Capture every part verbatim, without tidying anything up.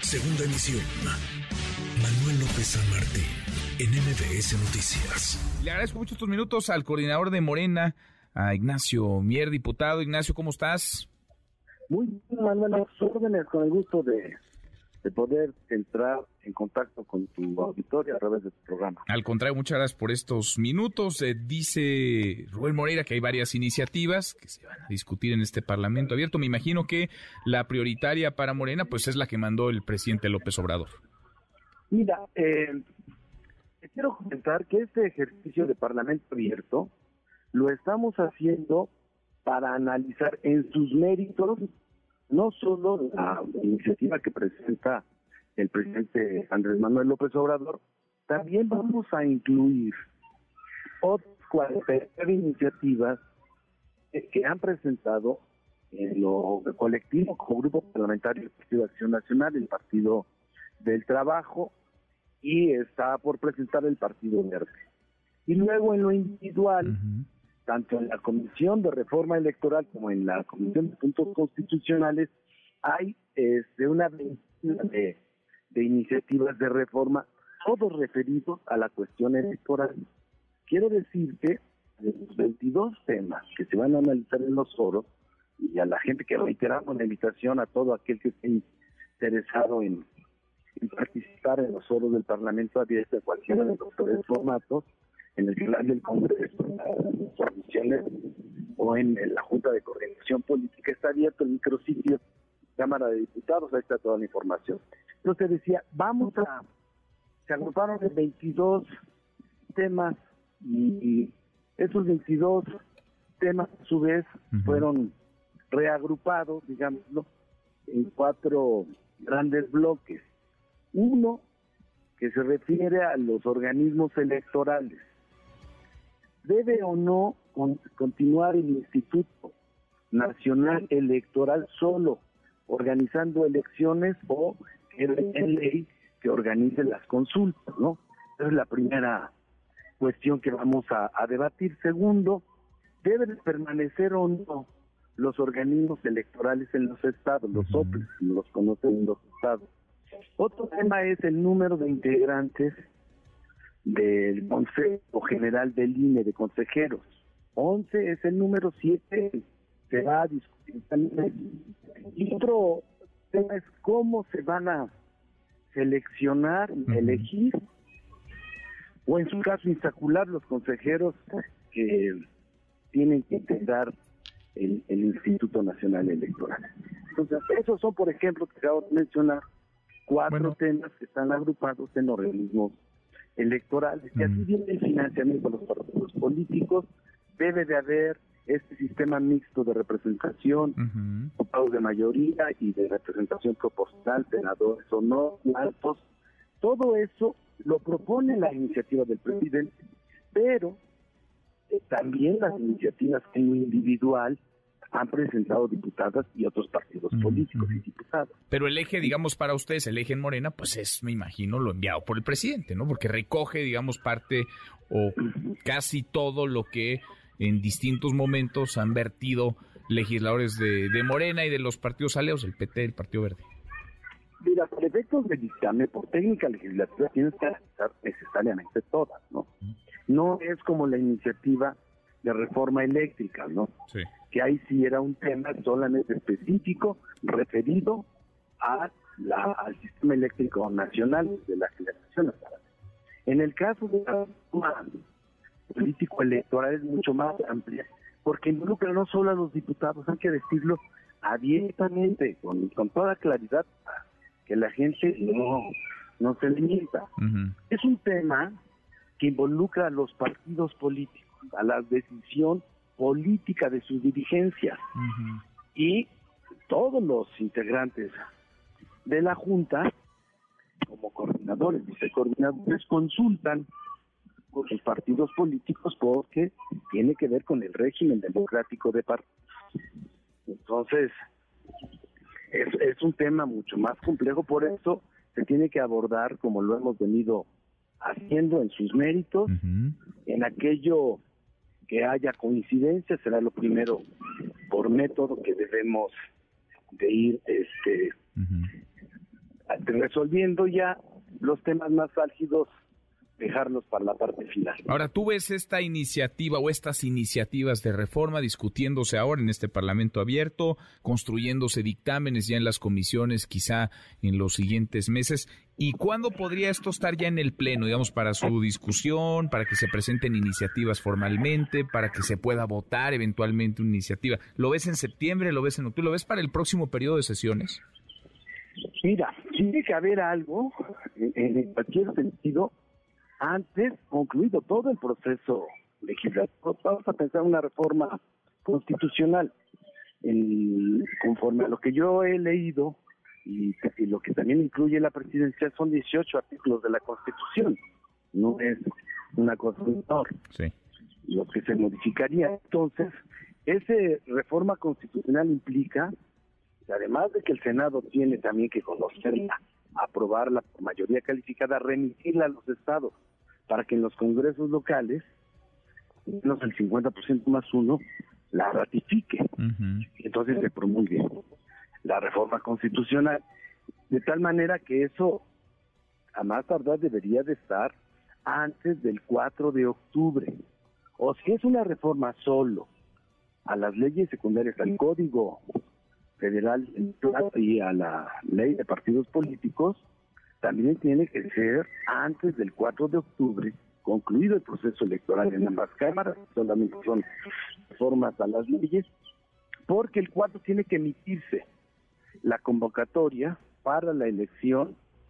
Segunda emisión. Manuel López San Martín, en M B S Noticias. Le agradezco mucho estos minutos al coordinador de Morena, a Ignacio Mier, diputado. Ignacio, ¿cómo estás? Muy bien, Manuel, a tus órdenes, con el gusto de, de poder entrar en contacto con tu auditorio a través de tu programa. Al contrario, muchas gracias por estos minutos. Eh, dice Rubén Moreira que hay varias iniciativas que se van a discutir en este Parlamento abierto. Me imagino que la prioritaria para Morena pues es la que mandó el presidente López Obrador. Mira, eh, te quiero comentar que este ejercicio de Parlamento abierto lo estamos haciendo para analizar en sus méritos no solo la iniciativa que presenta el presidente Andrés Manuel López Obrador, también vamos a incluir otras cuarenta y nueve iniciativas que han presentado en lo colectivo como Grupo Parlamentario del Partido de Acción Nacional, el Partido del Trabajo, y está por presentar el Partido Verde. Y luego en lo individual, uh-huh. tanto en la Comisión de Reforma Electoral como en la Comisión de Puntos Constitucionales, hay este, una veintena de, de iniciativas de reforma, todos referidos a la cuestión electoral. Quiero decirte, de los veintidós temas que se van a analizar en los foros, y a la gente que reiteramos la invitación a todo aquel que esté interesado en, en participar en los foros del Parlamento abierto, cualquiera de los tres formatos, en el canal del Congreso, en las comisiones o en la Junta de Coordinación Política, está abierto el micrositio Cámara de Diputados, ahí está toda la información. Entonces decía, vamos a, se agruparon en veintidós temas y, y esos veintidós temas a su vez uh-huh. fueron reagrupados, digámoslo, en cuatro grandes bloques. Uno que se refiere a los organismos electorales. ¿Debe o no con, continuar el Instituto Nacional Electoral solo organizando elecciones o en ley que organice las consultas, ¿no? Esa es la primera cuestión que vamos a, a debatir. Segundo, ¿deben permanecer o no los organismos electorales en los estados, los O P L E S, como los conocen en los estados? Otro tema es el número de integrantes del Consejo General del I N E, de consejeros. once es el número, siete se va a discutir también. Y otro tema es cómo se van a seleccionar, uh-huh. elegir, o en su caso instacular los consejeros que tienen que integrar el, el Instituto Nacional Electoral. Entonces, esos son, por ejemplo, que acabo de mencionar, cuatro bueno. temas que están agrupados en organismos electorales. Y así viene el financiamiento de los partidos políticos. Debe de haber este sistema mixto de representación, uh-huh. votados de mayoría y de representación proporcional, senadores o no, altos. Todo eso lo propone la iniciativa del presidente, pero eh, también las iniciativas en lo individual han presentado diputadas y otros partidos uh-huh. políticos y diputados. Pero el eje, digamos, para ustedes, el eje en Morena, pues es, me imagino, lo enviado por el presidente, ¿no? Porque recoge, digamos, parte o uh-huh. casi todo lo que en distintos momentos han vertido legisladores de, de Morena y de los partidos aliados, el P T, el Partido Verde. Mira, por efectos de dictamen, por técnica legislativa, tienes que analizar necesariamente todas, ¿no? Uh-huh. No es como la iniciativa de reforma eléctrica, ¿no? Sí. Que ahí sí era un tema solamente específico, referido a la, al sistema eléctrico nacional de la generación. En el caso de la reforma político electoral es mucho más amplia, porque involucra no solo a los diputados, hay que decirlo abiertamente, con, con toda claridad, que la gente no, no se limita. Uh-huh. Es un tema que involucra a los partidos políticos, a la decisión política de sus dirigencias, uh-huh. y todos los integrantes de la Junta, como coordinadores, vicecoordinadores, consultan con sus partidos políticos porque tiene que ver con el régimen democrático de partidos. Entonces, es, es un tema mucho más complejo, por eso se tiene que abordar como lo hemos venido haciendo en sus méritos, uh-huh. en aquello que haya coincidencia, será lo primero por método que debemos de ir este uh-huh. resolviendo ya los temas más álgidos, dejarlos para la parte final. Ahora, ¿tú ves esta iniciativa o estas iniciativas de reforma discutiéndose ahora en este Parlamento abierto, construyéndose dictámenes ya en las comisiones, quizá en los siguientes meses? ¿Y cuándo podría esto estar ya en el Pleno, digamos, para su discusión, para que se presenten iniciativas formalmente, para que se pueda votar eventualmente una iniciativa? ¿Lo ves en septiembre, lo ves en octubre, lo ves para el próximo periodo de sesiones? Mira, tiene que haber algo, en, en cualquier sentido, antes concluido todo el proceso legislativo. Vamos a pensar una reforma constitucional. En, conforme a lo que yo he leído, y, y lo que también incluye la presidencia, son dieciocho artículos de la Constitución. No es una cosa menor. Sí. Lo que se modificaría. Entonces, esa reforma constitucional implica, además de que el Senado tiene también que conocerla, aprobarla por mayoría calificada, remitirla a los estados para que en los congresos locales, menos el cincuenta por ciento más uno, la ratifique. Uh-huh. Entonces se promulgue la reforma constitucional, de tal manera que eso a más tardar debería de estar antes del cuatro de octubre. O si es una reforma solo a las leyes secundarias, al Código Federal y a la ley de partidos políticos, también tiene que ser antes del cuatro de octubre, concluido el proceso electoral en ambas cámaras, solamente son reformas a las leyes, porque el cuatro tiene que emitirse la convocatoria para la elección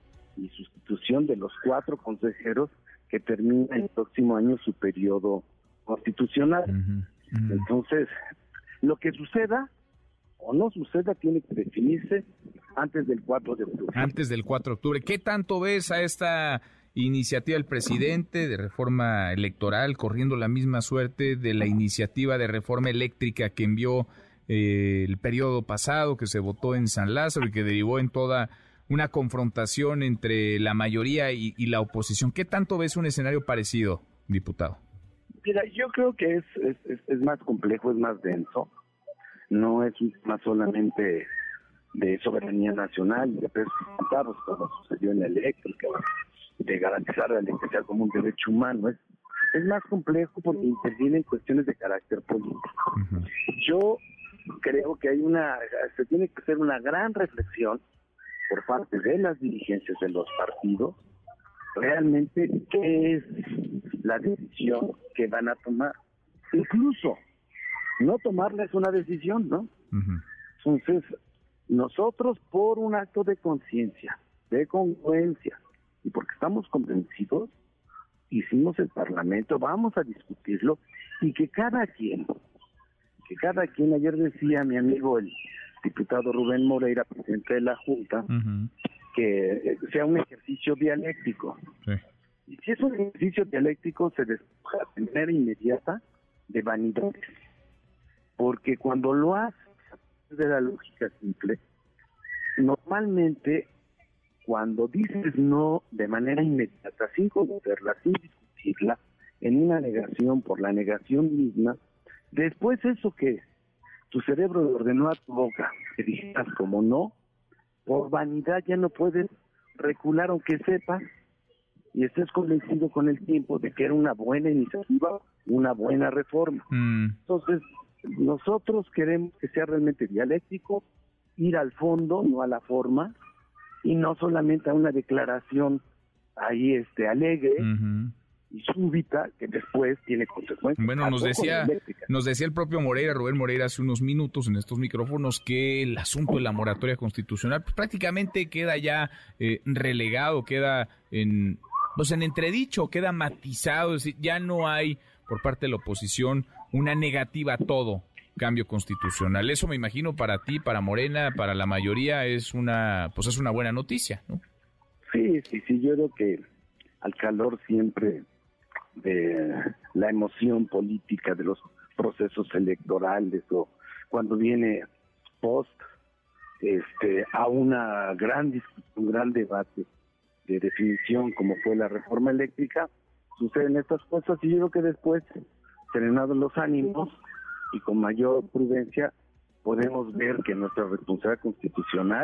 y sustitución de los cuatro consejeros que termina el próximo año su periodo constitucional. Uh-huh. Uh-huh. Entonces, lo que suceda o no suceda tiene que definirse antes del cuatro de octubre. Antes del cuatro de octubre. ¿Qué tanto ves a esta iniciativa del presidente de reforma electoral corriendo la misma suerte de la iniciativa de reforma eléctrica que envió eh, el periodo pasado, que se votó en San Lázaro y que derivó en toda una confrontación entre la mayoría y, y la oposición? ¿Qué tanto ves un escenario parecido, diputado? Mira, yo creo que es, es, es, es más complejo, es más denso. No es un tema solamente de soberanía nacional y de precios centavos, como sucedió en la eléctrica, de garantizar la electricidad como un derecho humano. Es, es más complejo porque intervienen cuestiones de carácter político. Uh-huh. Yo creo que hay una, se tiene que hacer una gran reflexión por parte de las dirigencias de los partidos, realmente qué es la decisión que van a tomar. Incluso no tomarla es una decisión, ¿no? Uh-huh. Entonces, nosotros por un acto de conciencia, de congruencia, y porque estamos convencidos, hicimos el Parlamento, vamos a discutirlo, y que cada quien, que cada quien, ayer decía mi amigo el diputado Rubén Moreira, presidente de la Junta, uh-huh, que sea un ejercicio dialéctico. Sí. Y si es un ejercicio dialéctico, se despoja de manera inmediata de vanidades. Porque cuando lo haces de la lógica simple, normalmente cuando dices no de manera inmediata, sin conocerla, sin discutirla, en una negación por la negación misma, después eso que tu cerebro le ordenó a tu boca, que dijeras como no, por vanidad ya no puedes recular aunque sepas y estés convencido con el tiempo de que era una buena iniciativa, una buena reforma. Mm. Entonces, nosotros queremos que sea realmente dialéctico, ir al fondo, no a la forma, y no solamente a una declaración ahí este alegre uh-huh. y súbita que después tiene consecuencias. Bueno, nos decía, nos decía el propio Moreira, Rubén Moreira, hace unos minutos en estos micrófonos que el asunto de la moratoria constitucional pues, prácticamente queda ya eh, relegado, queda en, pues, en entredicho, queda matizado, es decir, ya no hay por parte de la oposición una negativa a todo cambio constitucional. Eso me imagino para ti, para Morena, para la mayoría es una, pues es una buena noticia, ¿no? Sí, sí, sí, yo creo que al calor siempre de la emoción política de los procesos electorales o cuando viene post este a una gran discusión, un gran debate de definición como fue la reforma eléctrica, suceden estas cosas y yo creo que después, serenados los ánimos y con mayor prudencia, podemos ver que nuestra responsabilidad constitucional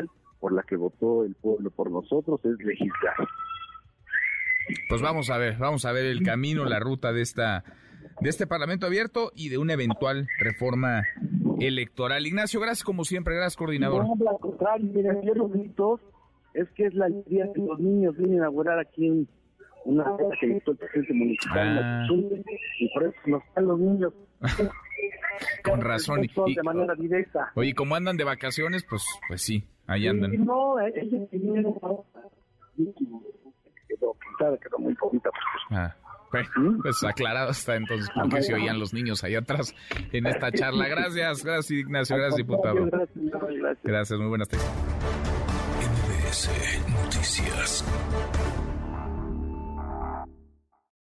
por la que votó el pueblo por nosotros, es legislar. Pues vamos a ver, vamos a ver el camino, la ruta de esta de este Parlamento abierto y de una eventual reforma electoral. Ignacio, gracias como siempre, gracias, coordinador. No, al contrario, miren, yo los gritos, es que es la alegría que los niños vienen a inaugurar aquí en una cosa que hizo el presidente municipal, Ah. y por eso nos están los niños. Con razón. Y, de manera directa. oye, como andan de vacaciones, pues pues sí, ahí andan. Y no, ellos vinieron ahora. Quedó pintada, quedó muy bonita. Ah, pues, pues aclarado está entonces porque se oían los niños allá atrás en esta charla. Gracias, gracias Ignacio, gracias diputado. Gracias, gracias. Gracias, muy buenas tardes. M B S Noticias.